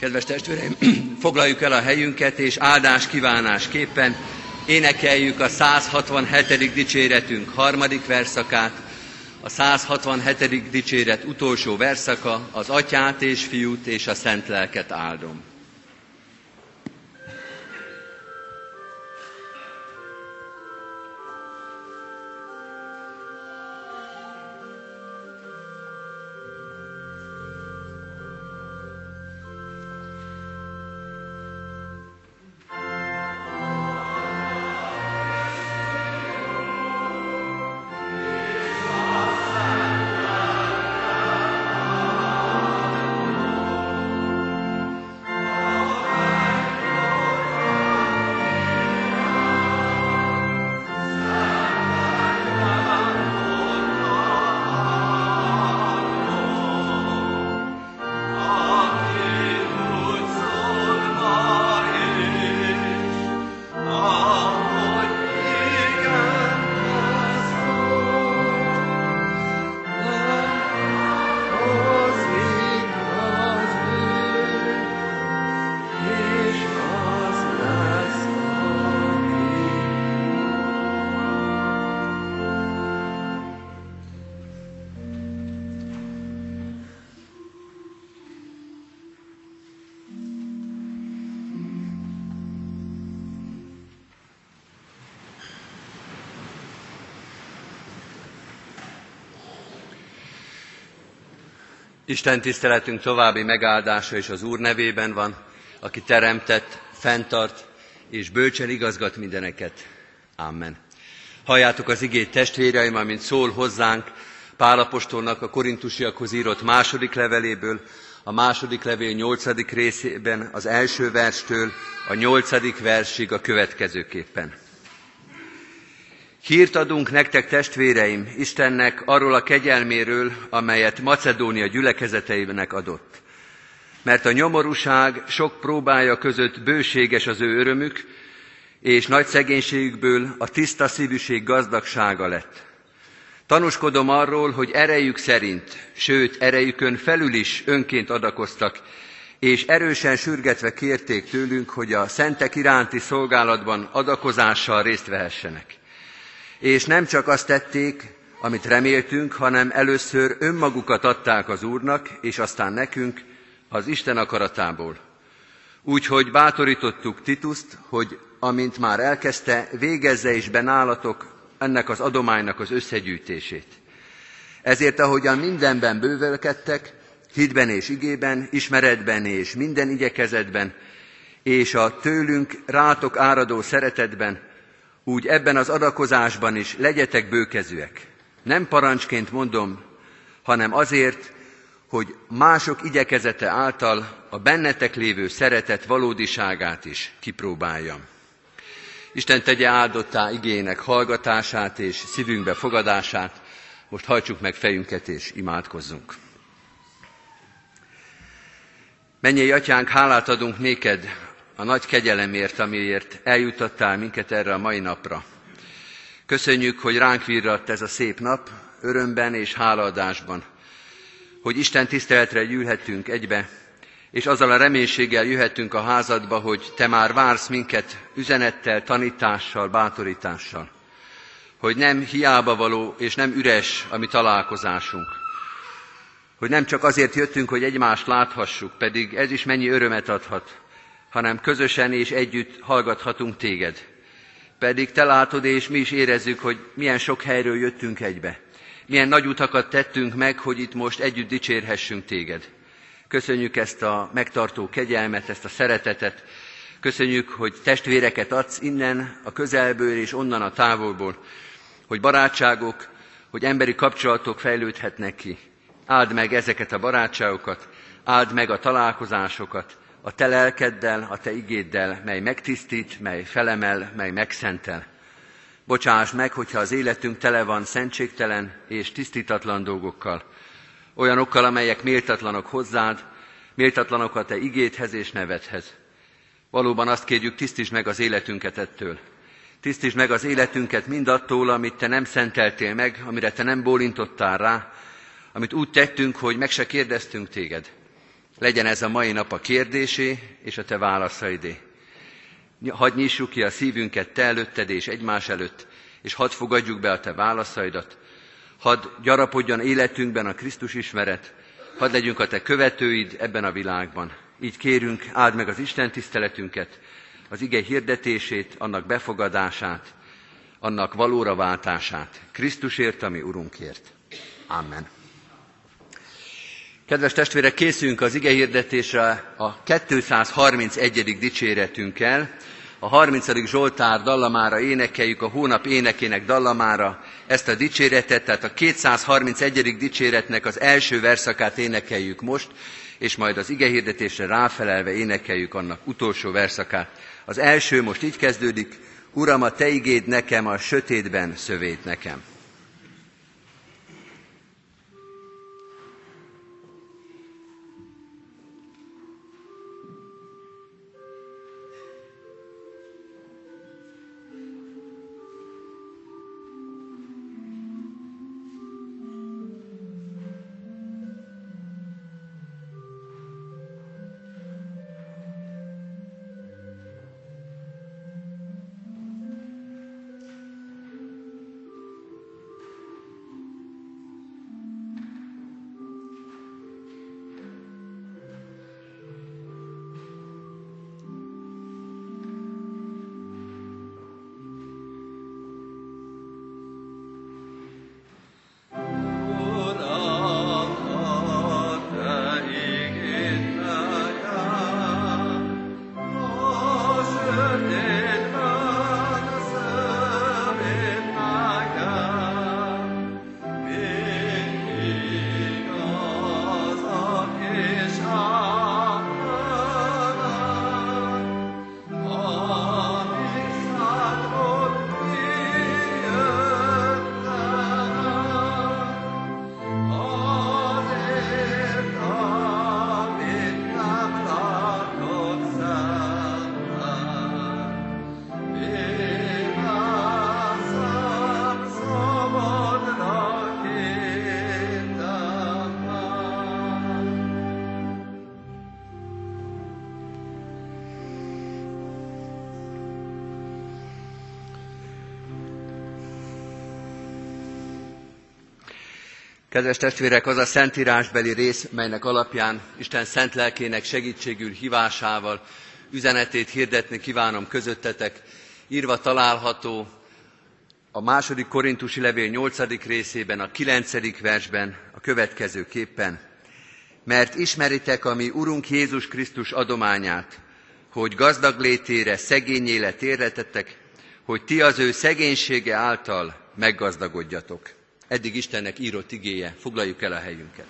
Kedves testvéreim, foglaljuk el a helyünket, és áldás kívánásképpen énekeljük a 167. dicséretünk harmadik verszakát, a 167. dicséret utolsó verszaka, az Atyát és Fiút és a Szent Lelket áldom. Isten tiszteletünk további megáldása is az Úr nevében van, aki teremtett, fenntart és bölcsen igazgat mindeneket. Amen. Halljátok az igét, testvéreim, amint szól hozzánk Pál apostolnak a korintusiakhoz írott második leveléből, a második levél 8. részében az első verstől a 8. versig a következőképpen. Hírt adunk nektek, testvéreim, Istennek arról a kegyelméről, amelyet Macedónia gyülekezeteinek adott. Mert a nyomorúság sok próbája között bőséges az ő örömük, és nagy szegénységükből a tiszta szívűség gazdagsága lett. Tanúskodom arról, hogy erejük szerint, sőt erejükön felül is önként adakoztak, és erősen sürgetve kérték tőlünk, hogy a szentek iránti szolgálatban adakozással részt vehessenek. És nem csak azt tették, amit reméltünk, hanem először önmagukat adták az Úrnak, és aztán nekünk az Isten akaratából. Úgyhogy bátorítottuk Tituszt, hogy amint már elkezdte, végezze is be nálatok ennek az adománynak az összegyűjtését. Ezért, ahogyan mindenben bővölkedtek, hitben és igében, ismeretben és minden igyekezetben, és a tőlünk rátok áradó szeretetben, úgy ebben az adakozásban is legyetek bőkezűek. Nem parancsként mondom, hanem azért, hogy mások igyekezete által a bennetek lévő szeretet valódiságát is kipróbáljam. Isten tegye áldottá igének hallgatását és szívünkbe fogadását. Most hajtsuk meg fejünket és imádkozzunk. Mennyei Atyánk, hálát adunk néked a nagy kegyelemért, amiért eljuttattál minket erre a mai napra. Köszönjük, hogy ránk virradt ez a szép nap, örömben és hálaadásban, hogy Isten tiszteletre gyűlhetünk egybe, és azzal a reménységgel jöhetünk a házadba, hogy te már vársz minket üzenettel, tanítással, bátorítással. Hogy nem hiába való és nem üres a mi találkozásunk. Hogy nem csak azért jöttünk, hogy egymást láthassuk, pedig ez is mennyi örömet adhat, hanem közösen és együtt hallgathatunk téged. Pedig te látod, és mi is érezzük, hogy milyen sok helyről jöttünk egybe. Milyen nagy utakat tettünk meg, hogy itt most együtt dicsérhessünk téged. Köszönjük ezt a megtartó kegyelmet, ezt a szeretetet. Köszönjük, hogy testvéreket adsz innen, a közelből és onnan a távolból, hogy barátságok, hogy emberi kapcsolatok fejlődhetnek ki. Áld meg ezeket a barátságokat, áld meg a találkozásokat, a te lelkeddel, a te igéddel, mely megtisztít, mely felemel, mely megszentel. Bocsáss meg, hogyha az életünk tele van szentségtelen és tisztítatlan dolgokkal, olyanokkal, amelyek méltatlanok hozzád, méltatlanok a te igédhez és nevedhez. Valóban azt kérjük, tisztítsd meg az életünket ettől. Tisztítsd meg az életünket mindattól, amit te nem szenteltél meg, amire te nem bólintottál rá, amit úgy tettünk, hogy meg se kérdeztünk téged. legyen ez a mai nap a kérdésé és a te válaszaidé. Hadd nyissuk ki a szívünket te előtted és egymás előtt, és hadd fogadjuk be a te válaszaidat. Hadd gyarapodjon életünkben a Krisztus ismeret, hadd legyünk a te követőid ebben a világban. Így kérünk, áld meg az Isten tiszteletünket, az ige hirdetését, annak befogadását, annak valóra váltását. Krisztusért, ami Urunkért. Amen. Kedves testvérek, készülünk az ige hirdetésre a 231. dicséretünkkel. A 30. Zsoltár dallamára énekeljük, a hónap énekének dallamára ezt a dicséretet, tehát a 231. dicséretnek az első verszakát énekeljük most, és majd az ige hirdetésre ráfelelve énekeljük annak utolsó verszakát. Az első most így kezdődik: Uram, a te igéd nekem, a sötétben szövét nekem. Kedves testvérek, az a szentírásbeli rész, melynek alapján Isten szent lelkének segítségül hívásával üzenetét hirdetni kívánom közöttetek, írva található a 2. Korintusi levél 8. részében, a 9. versben a következőképpen: Mert ismeritek a mi Urunk Jézus Krisztus adományát, hogy gazdag létére szegénnyé lett értetek, hogy ti az ő szegénysége által meggazdagodjatok. Eddig Istennek írott igéje, foglaljuk el a helyünket.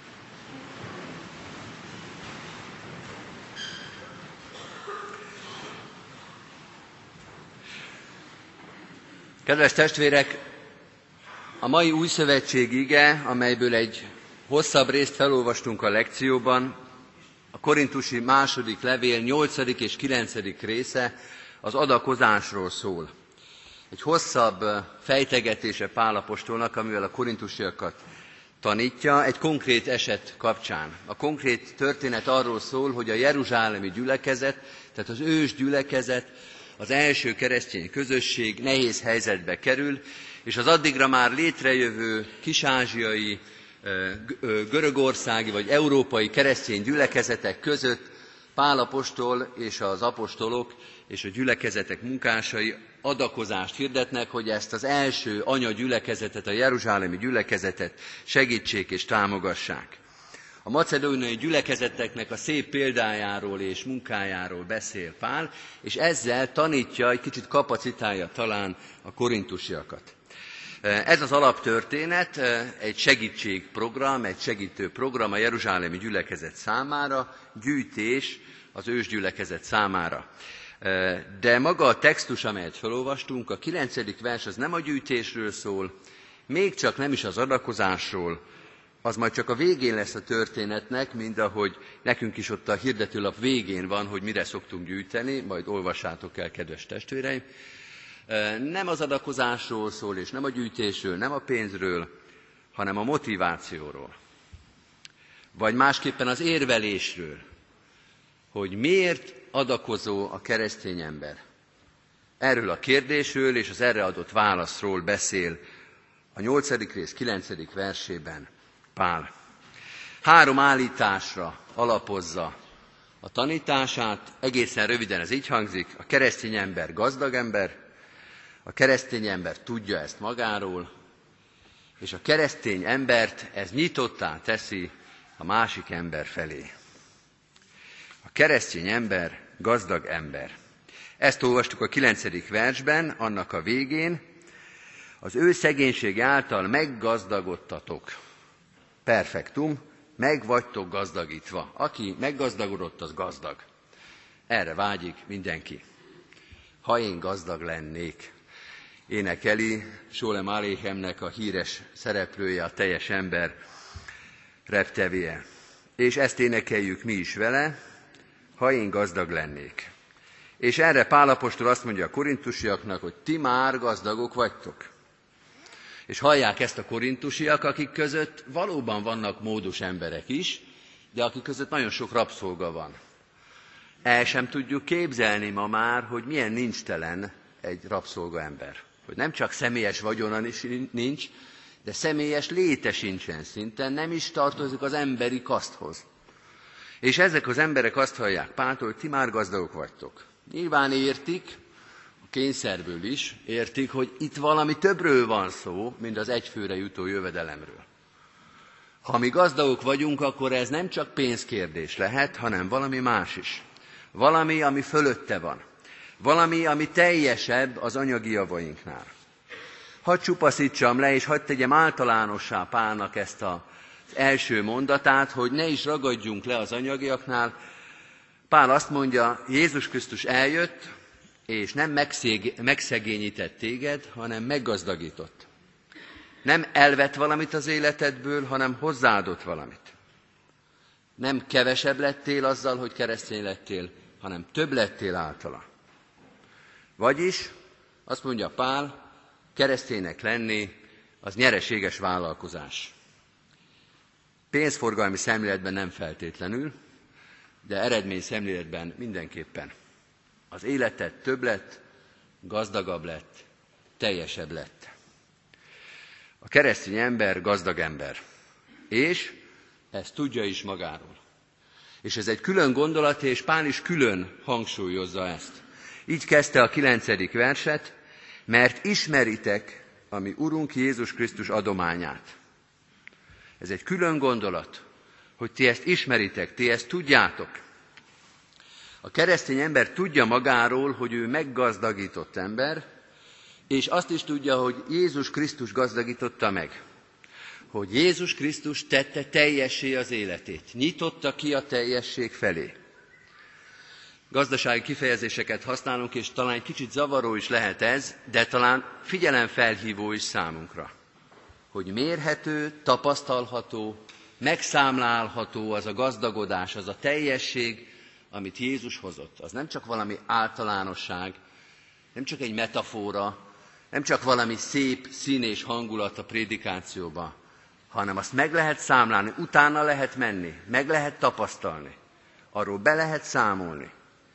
Kedves testvérek, a mai újszövetségi ige, amelyből egy hosszabb részt felolvastunk a lekcióban, a korintusi 2. levél 8. és 9. része az adakozásról szól. Egy hosszabb fejtegetése Pál apostolnak, amivel a korintusiakat tanítja, egy konkrét eset kapcsán. A konkrét történet arról szól, hogy a jeruzsálemi gyülekezet, tehát az ős gyülekezet, az első keresztény közösség nehéz helyzetbe kerül, és az addigra már létrejövő kis-ázsiai, görögországi vagy európai keresztény gyülekezetek között Pál apostol és az apostolok és a gyülekezetek munkásai adakozást hirdetnek, hogy ezt az első anyagyülekezetet, a jeruzsálemi gyülekezetet segítsék és támogassák. A macedóniai gyülekezeteknek a szép példájáról és munkájáról beszél Pál, és ezzel tanítja, egy kicsit kapacitálja talán a korintusiakat. Ez az alaptörténet egy segítségprogram, egy segítőprogram a jeruzsálemi gyülekezet számára, gyűjtés az ősgyülekezet számára. De maga a textus, amelyet felolvastunk, a 9. vers az nem a gyűjtésről szól, még csak nem is az adakozásról, az majd csak a végén lesz a történetnek, mint ahogy nekünk is ott a hirdetőlap végén van, hogy mire szoktunk gyűjteni, majd olvassátok el, kedves testvéreim. Nem az adakozásról szól, és nem a gyűjtésről, nem a pénzről, hanem a motivációról. Vagy másképpen az érvelésről, hogy miért adakozó a keresztény ember. Erről a kérdésről és az erre adott válaszról beszél a 8. rész 9. versében Pál. 3 állításra alapozza a tanítását, egészen röviden ez így hangzik: a keresztény ember gazdag ember, a keresztény ember tudja ezt magáról, és a keresztény embert ez nyitottá teszi a másik ember felé. A keresztény ember gazdag ember. Ezt olvastuk a 9. versben, annak a végén: az ő szegénység által meggazdagodtatok. Perfektum, meg vagytok gazdagítva. Aki meggazdagodott, az gazdag. Erre vágyik mindenki. Ha én gazdag lennék. Énekeli Sholem Aleichemnek a híres szereplője, a teljes ember reptevéje. És ezt énekeljük mi is vele: ha én gazdag lennék. És erre Pál apostol azt mondja a korintusiaknak, hogy ti már gazdagok vagytok. És hallják ezt a korintusiak, akik között valóban vannak módos emberek is, de akik között nagyon sok rabszolga van. El sem tudjuk képzelni ma már, hogy milyen nincstelen egy rabszolga ember. Hogy nem csak személyes vagyona is nincs, de személyes léte sincsen szinten, nem is tartozik az emberi kaszthoz. És ezek az emberek azt hallják Páltól, hogy ti már gazdagok vagytok. Nyilván értik, a kényszerből is értik, hogy itt valami többről van szó, mint az egyfőre jutó jövedelemről. Ha mi gazdagok vagyunk, akkor ez nem csak pénzkérdés lehet, hanem valami más is. Valami, ami fölötte van. Valami, ami teljesebb az anyagi javainknál. Hadd csupaszítsam le, és hadd tegyem általánossá Pálnak ezt az első mondatát, hogy ne is ragadjunk le az anyagiaknál. Pál azt mondja, Jézus Krisztus eljött, és nem megszegényített téged, hanem meggazdagított. Nem elvett valamit az életedből, hanem hozzáadott valamit. Nem kevesebb lettél azzal, hogy keresztény lettél, hanem több lettél általa. Vagyis, azt mondja Pál, kereszténynek lenni, az nyereséges vállalkozás. Pénzforgalmi szemléletben nem feltétlenül, de eredmény szemléletben mindenképpen. Az életed több lett, gazdagabb lett, teljesebb lett. A keresztény ember gazdag ember. És ezt tudja is magáról. És ez egy külön gondolat, és Pál is külön hangsúlyozza ezt. Így kezdte a 9. verset: mert ismeritek a mi Urunk Jézus Krisztus adományát. Ez egy külön gondolat, hogy ti ezt ismeritek, ti ezt tudjátok. A keresztény ember tudja magáról, hogy ő meggazdagított ember, és azt is tudja, hogy Jézus Krisztus gazdagította meg. Hogy Jézus Krisztus tette teljessé az életét, nyitotta ki a teljesség felé. Gazdasági kifejezéseket használunk, és talán egy kicsit zavaró is lehet ez, de talán figyelemfelhívó is számunkra. Hogy mérhető, tapasztalható, megszámlálható az a gazdagodás, az a teljesség, amit Jézus hozott. Az nem csak valami általánosság, nem csak egy metafora, nem csak valami szép szín és hangulat a prédikációban, hanem azt meg lehet számlálni, utána lehet menni, meg lehet tapasztalni, arról be lehet számolni.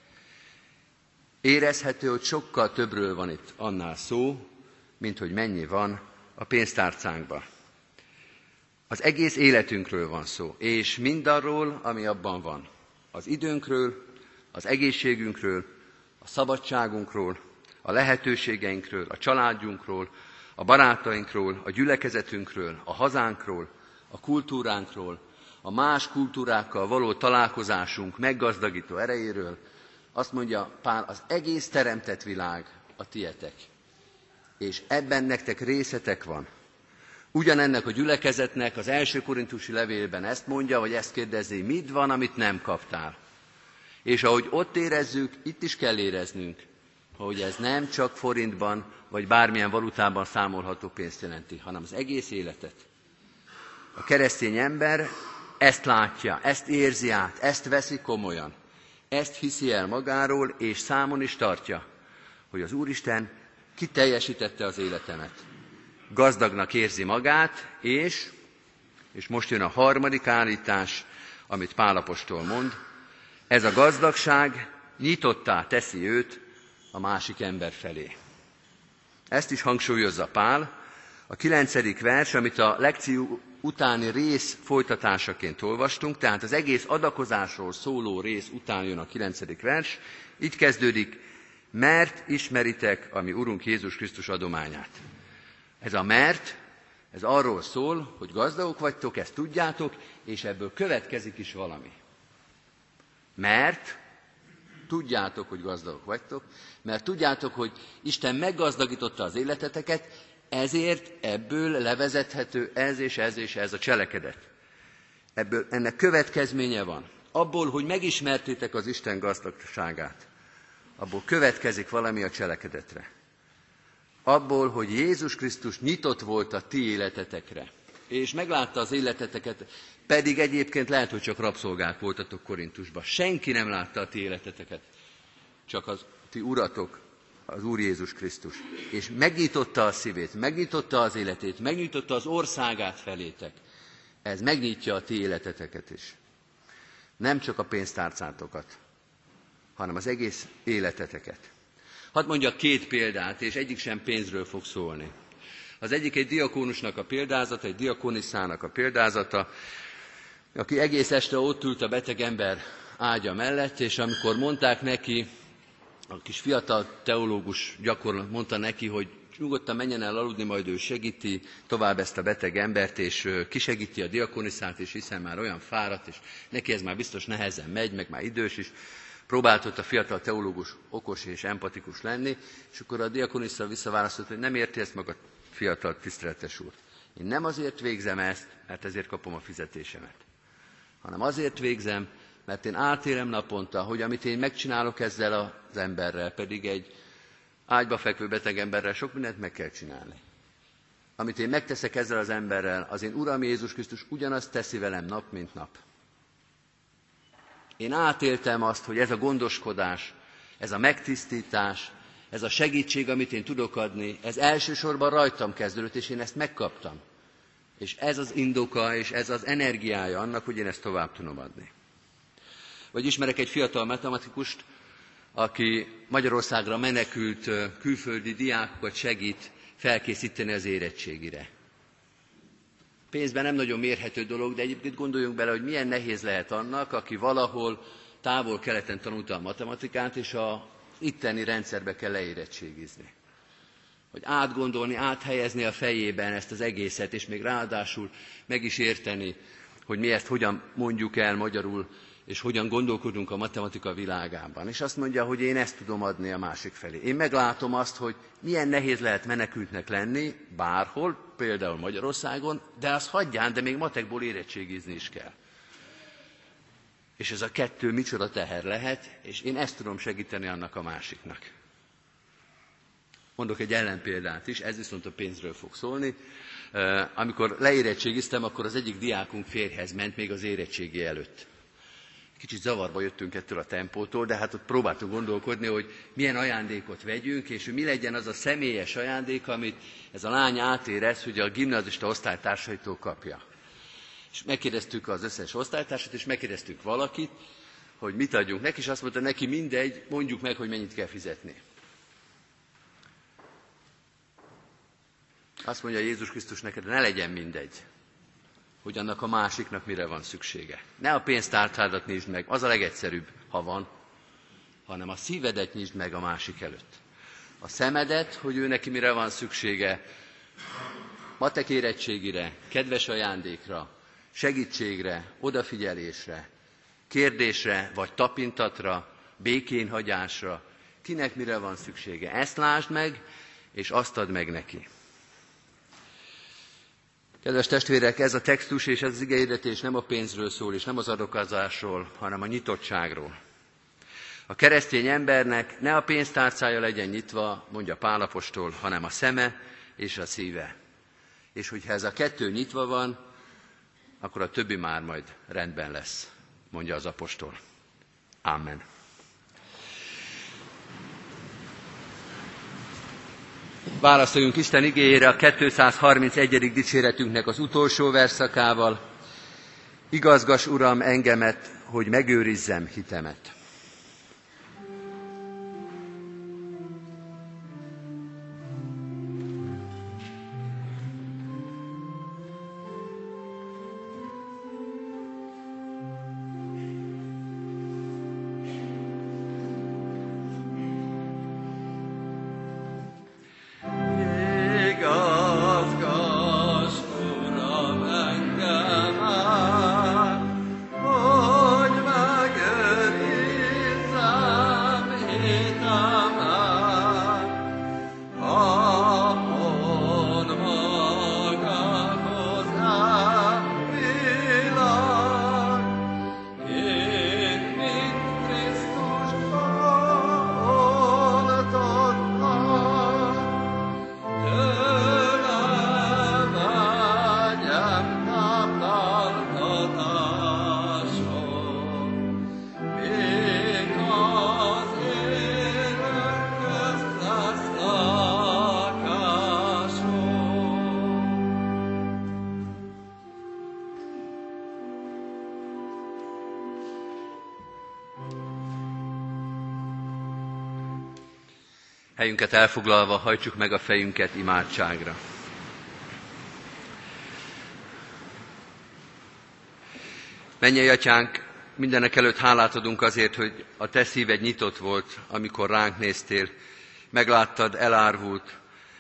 Érezhető, hogy sokkal többről van itt annál szó, mint hogy mennyi van a pénztárcánkban. Az egész életünkről van szó, és mindarról, ami abban van. Az időnkről, az egészségünkről, a szabadságunkról, a lehetőségeinkről, a családjunkról, a barátainkról, a gyülekezetünkről, a hazánkról, a kultúránkról, a más kultúrákkal való találkozásunk meggazdagító erejéről. Azt mondja Pál, az egész teremtett világ a tietek, és ebben nektek részetek van. Ugyanennek a gyülekezetnek az első korintusi levélben ezt mondja, vagy ezt kérdezi, mit van, amit nem kaptál. És ahogy ott érezzük, itt is kell éreznünk, hogy ez nem csak forintban, vagy bármilyen valutában számolható pénzt jelenti, hanem az egész életet. A keresztény ember ezt látja, ezt érzi át, ezt veszi komolyan. Ezt hiszi el magáról, és számon is tartja, hogy az Úristen kiteljesítette az életemet. Gazdagnak érzi magát, és most jön a harmadik állítás, amit Pál apostol mond, Ez a gazdagság nyitottá teszi őt a másik ember felé. Ezt is hangsúlyozza Pál. A 9. vers, amit a lekció utáni rész folytatásaként olvastunk, tehát az egész adakozásról szóló rész után jön a 9. vers, így kezdődik: mert ismeritek a mi Urunk Jézus Krisztus adományát. Ez a mert, ez arról szól, hogy gazdagok vagytok, ezt tudjátok, és ebből következik is valami. Mert tudjátok, hogy gazdagok vagytok, mert tudjátok, hogy Isten meggazdagította az életeteket, ezért ebből levezethető ez és ez és ez a cselekedet. Ennek következménye van. Abból, hogy megismertétek az Isten gazdagságát, abból következik valami a cselekedetre. Abból, hogy Jézus Krisztus nyitott volt a ti életetekre, és meglátta az életeteket, pedig egyébként lehet, hogy csak rabszolgák voltatok Korintusban. Senki nem látta a ti életeteket, csak az ti uratok, az Úr Jézus Krisztus. És megnyitotta a szívét, megnyitotta az életét, megnyitotta az országát felétek. Ez megnyitja a ti életeteket is. Nem csak a pénztárcátokat, hanem az egész életeteket. Hadd mondjak 2 példát, és egyik sem pénzről fog szólni. Az egyik egy diakónusnak a példázata, egy diakónisszának a példázata, aki egész este ott ült a beteg ember ágya mellett, és amikor mondták neki, a kis fiatal teológus gyakorló mondta neki, hogy nyugodtan menjen el aludni, majd ő segíti tovább ezt a beteg embert, és kisegíti a diakoniszát, és hiszen már olyan fáradt, és neki ez már biztos nehezen megy, meg már idős is. Próbáltott a fiatal teológus okos és empatikus lenni, és akkor a diakonisza visszaválaszolt, hogy nem érti ezt maga, fiatal tiszteletes úr. Én nem azért végzem ezt, mert ezért kapom a fizetésemet, hanem azért végzem, mert én átélem naponta, hogy amit én megcsinálok ezzel az emberrel, pedig egy ágyba fekvő beteg emberrel sok mindent meg kell csinálni. Amit én megteszek ezzel az emberrel, az én Uram Jézus Krisztus ugyanazt teszi velem nap, mint nap. Én átéltem azt, hogy ez a gondoskodás, ez a megtisztítás, ez a segítség, amit én tudok adni, ez elsősorban rajtam kezdődött, és én ezt megkaptam. És ez az indoka, és ez az energiája annak, hogy én ezt tovább tudom adni. Vagy ismerek egy fiatal matematikust, aki Magyarországra menekült külföldi diákokat segít felkészíteni az érettségire. Pénzben nem nagyon mérhető dolog, de egyébként gondoljunk bele, hogy milyen nehéz lehet annak, aki valahol távol-keleten tanulta a matematikát, és az itteni rendszerbe kell leérettségizni. Hogy átgondolni, áthelyezni a fejében ezt az egészet, és még ráadásul meg is érteni, hogy mi ezt hogyan mondjuk el magyarul, és hogyan gondolkodunk a matematika világában. És azt mondja, hogy én ezt tudom adni a másik felé. Én meglátom azt, hogy milyen nehéz lehet menekültnek lenni bárhol, például Magyarországon, de azt hagyján, de még matekból érettségizni is kell. És ez a 2 micsoda teher lehet, és én ezt tudom segíteni annak a másiknak. Mondok egy ellenpéldát is, ez viszont a pénzről fog szólni. Amikor leérettségiztem, akkor az egyik diákunk férjhez ment még az érettségi előtt. Kicsit zavarba jöttünk ettől a tempótól, de hát ott próbáltunk gondolkodni, hogy milyen ajándékot vegyünk, és mi legyen az a személyes ajándék, amit ez a lány átérez, hogy a gimnazista osztálytársaitól kapja. És megkérdeztük az összes osztálytársat, és megkérdeztük valakit, hogy mit adjunk neki, és azt mondta neki, mindegy, mondjuk meg, hogy mennyit kell fizetni. Azt mondja Jézus Krisztus neked, ne legyen mindegy, hogy annak a másiknak mire van szüksége. Ne a pénztárcádat nyisd meg, az a legegyszerűbb, ha van, hanem a szívedet nyisd meg a másik előtt. A szemedet, hogy ő neki mire van szüksége, matek érettségire, kedves ajándékra, segítségre, odafigyelésre, kérdésre vagy tapintatra, békénhagyásra, kinek mire van szüksége. Ezt lásd meg, és azt add meg neki. Kedves testvérek, ez a textus és ez az igehirdetés nem a pénzről szól, és nem az adokozásról, hanem a nyitottságról. A keresztény embernek ne a pénztárcája legyen nyitva, mondja Pál apostol, hanem a szeme és a szíve. És hogyha ez a 2 nyitva van, akkor a többi már majd rendben lesz, mondja az apostol. Amen. Válaszoljunk Isten igéjére a 231. dicséretünknek az utolsó verszakával. Igazgass, Uram, engemet hogy megőrizzem hitemet. Helyünket elfoglalva hajtsuk meg a fejünket imádságra. Mennyei Atyánk, mindenekelőtt hálát adunk azért, hogy a Te szíved nyitott volt, amikor ránk néztél. Megláttad elárvult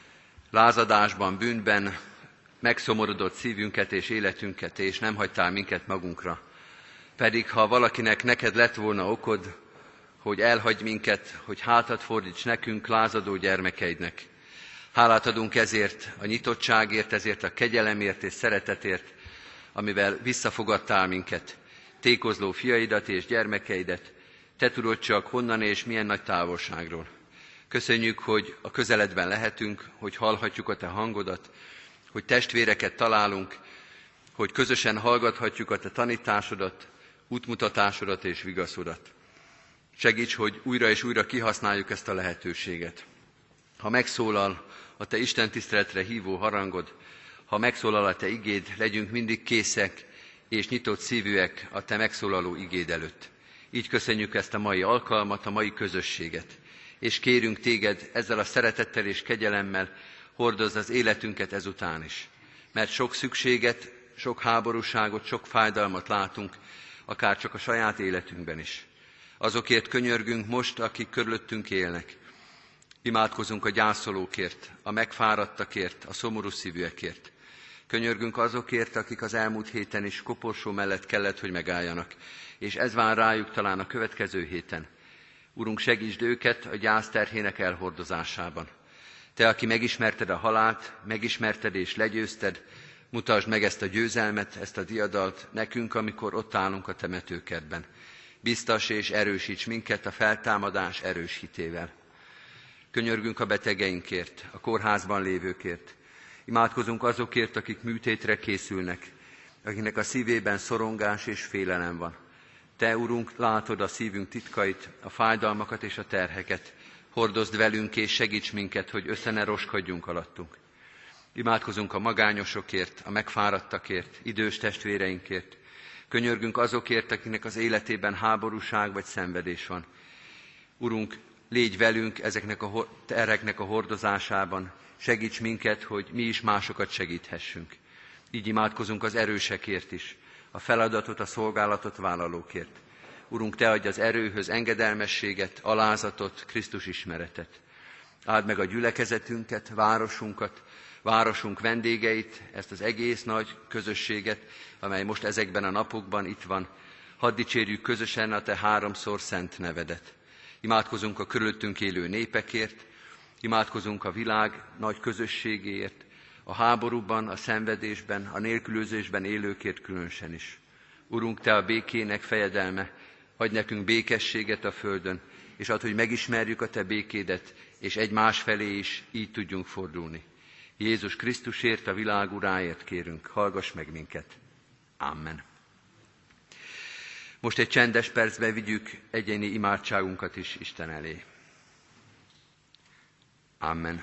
lázadásban, bűnben, megszomorodott szívünket és életünket, és nem hagytál minket magunkra. Pedig ha valakinek neked lett volna okod, hogy elhagy minket, hogy hátat fordíts nekünk, lázadó gyermekeidnek. Hálát adunk ezért a nyitottságért, ezért a kegyelemért és szeretetért, amivel visszafogadtál minket, tékozló fiaidat és gyermekeidet, Te tudod csak honnan és milyen nagy távolságról. Köszönjük, hogy a közeledben lehetünk, hogy hallhatjuk a Te hangodat, hogy testvéreket találunk, hogy közösen hallgathatjuk a Te tanításodat, útmutatásodat és vigaszodat. Segíts, hogy újra és újra kihasználjuk ezt a lehetőséget. Ha megszólal a Te istentiszteletre hívó harangod, ha megszólal a Te igéd, legyünk mindig készek és nyitott szívűek a Te megszólaló igéd előtt. Így köszönjük ezt a mai alkalmat, a mai közösséget, és kérünk Téged ezzel a szeretettel és kegyelemmel hordozd az életünket ezután is. Mert sok szükséget, sok háborúságot, sok fájdalmat látunk, akár csak a saját életünkben is. Azokért könyörgünk most, akik körülöttünk élnek. Imádkozunk a gyászolókért, a megfáradtakért, a szomorú szívűekért. Könyörgünk azokért, akik az elmúlt héten is koporsó mellett kellett, hogy megálljanak, és ez vár rájuk talán a következő héten. Urunk, segítsd őket a gyász terhének elhordozásában. Te, aki megismerted a halált, megismerted és legyőzted, mutasd meg ezt a győzelmet, ezt a diadalt nekünk, amikor ott állunk a temetőkertben. Biztass és erősíts minket a feltámadás erős hitével. Könyörgünk a betegeinkért, a kórházban lévőkért. Imádkozunk azokért, akik műtétre készülnek, akiknek a szívében szorongás és félelem van. Te, Urunk, látod a szívünk titkait, a fájdalmakat és a terheket. Hordozd velünk és segíts minket, hogy össze ne roskadjunk alattunk. Imádkozunk a magányosokért, a megfáradtakért, idős testvéreinkért. Könyörgünk azokért, akiknek az életében háborúság vagy szenvedés van. Urunk, légy velünk ezeknek a terheknek a hordozásában, segíts minket, hogy mi is másokat segíthessünk. Így imádkozunk az erősekért is, a feladatot, a szolgálatot vállalókért. Urunk, Te adj az erőhöz engedelmességet, alázatot, Krisztus ismeretet. Áld meg a gyülekezetünket, városunkat, városunk vendégeit, ezt az egész nagy közösséget, amely most ezekben a napokban itt van. Hadd dicsérjük közösen a Te háromszor szent nevedet. Imádkozunk a körülöttünk élő népekért, imádkozunk a világ nagy közösségéért, a háborúban, a szenvedésben, a nélkülözésben élőkért különösen is. Urunk, Te a békének fejedelme, adj nekünk békességet a földön, és add, hogy megismerjük a Te békédet, és egymás felé is így tudjunk fordulni. Jézus Krisztusért, a világ uráért kérünk, hallgass meg minket. Amen. Most egy csendes percbe vigyük egyéni imádságunkat is Isten elé. Amen.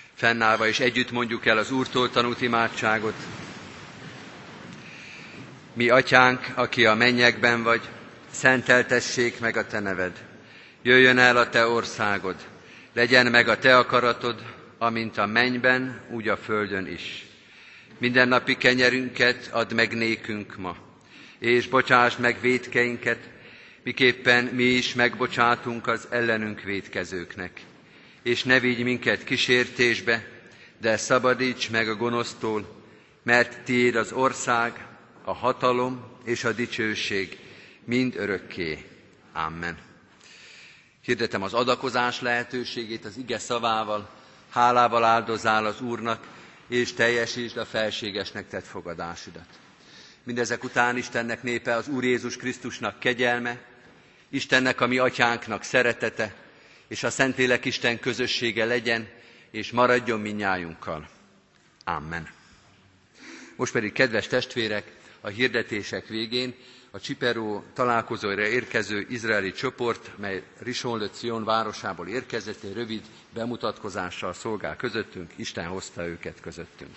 Fennállva és együtt mondjuk el az Úrtól tanult imádságot. Mi atyánk, aki a mennyekben vagy, szenteltessék meg a te neved. Jöjjön el a te országod, legyen meg a te akaratod, amint a mennyben, úgy a földön is. Mindennapi kenyerünket add meg nékünk ma, és bocsásd meg vétkeinket, miképpen mi is megbocsátunk az ellenünk vétkezőknek. És ne vigy minket kísértésbe, de szabadíts meg a gonosztól, mert tiéd az ország, a hatalom és a dicsőség mind örökké. Amen. Hirdetem az adakozás lehetőségét az ige szavával, hálával áldozzál az Úrnak, és teljesítsd a felségesnek tett fogadásodat. Mindezek után Istennek népe, az Úr Jézus Krisztusnak kegyelme, Istennek, a mi atyánknak szeretete, és a Szentlélek Isten közössége legyen, és maradjon mindnyájunkkal. Amen. Most pedig, kedves testvérek, a hirdetések végén a Csiperó találkozóra érkező izraeli csoport, mely Rishon LeZion városából érkezett, egy rövid bemutatkozással szolgál közöttünk, Isten hozta őket közöttünk.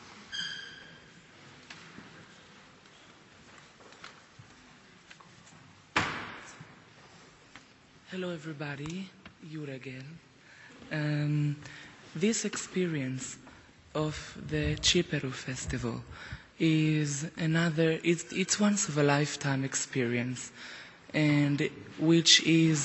Hello everybody, Jure again. This experience of the Csiperó festival is it's once of a lifetime experience, and which is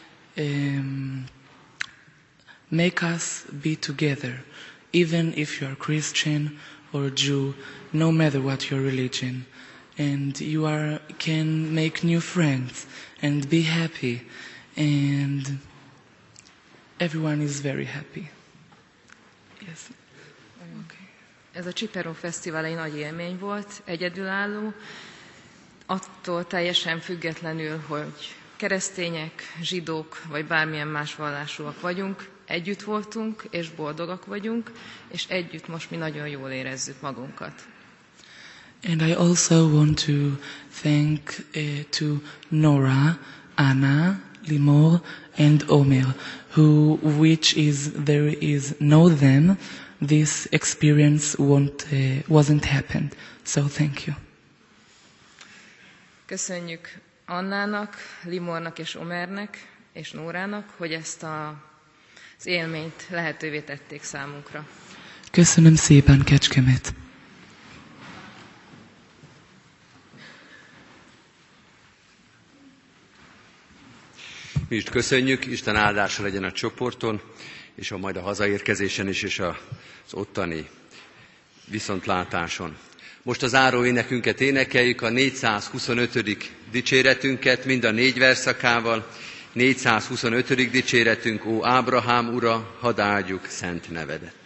make us be together, even if you are Christian or Jew, no matter what your religion, and you can make new friends and be happy, and everyone is very happy. Yes. Okay. Ez a Csiperó Fesztivál egy nagy élmény volt, egyedülálló, attól teljesen függetlenül, hogy keresztények, zsidók, vagy bármilyen más vallásúak vagyunk, együtt voltunk, és boldogak vagyunk, és együtt most mi nagyon jól érezzük magunkat. And I also want to thank to Nora, Anna, Limor, and Omer, there is no them, this experience wasn't happened. So thank you. Köszönjük Annának, Limornak és Omernek és Nórának, hogy ezt az élményt lehetővé tették számunkra. Köszönöm szépen, Kecskemet! Mi is köszönjük, Isten áldása legyen a csoporton, és majd a hazaérkezésen is, és az ottani viszontlátáson. Most az záró énekünket énekeljük, a 425. dicséretünket, mind a 4 verszakával. 425. dicséretünk, ó Ábrahám ura, hadd áldjuk szent nevedet.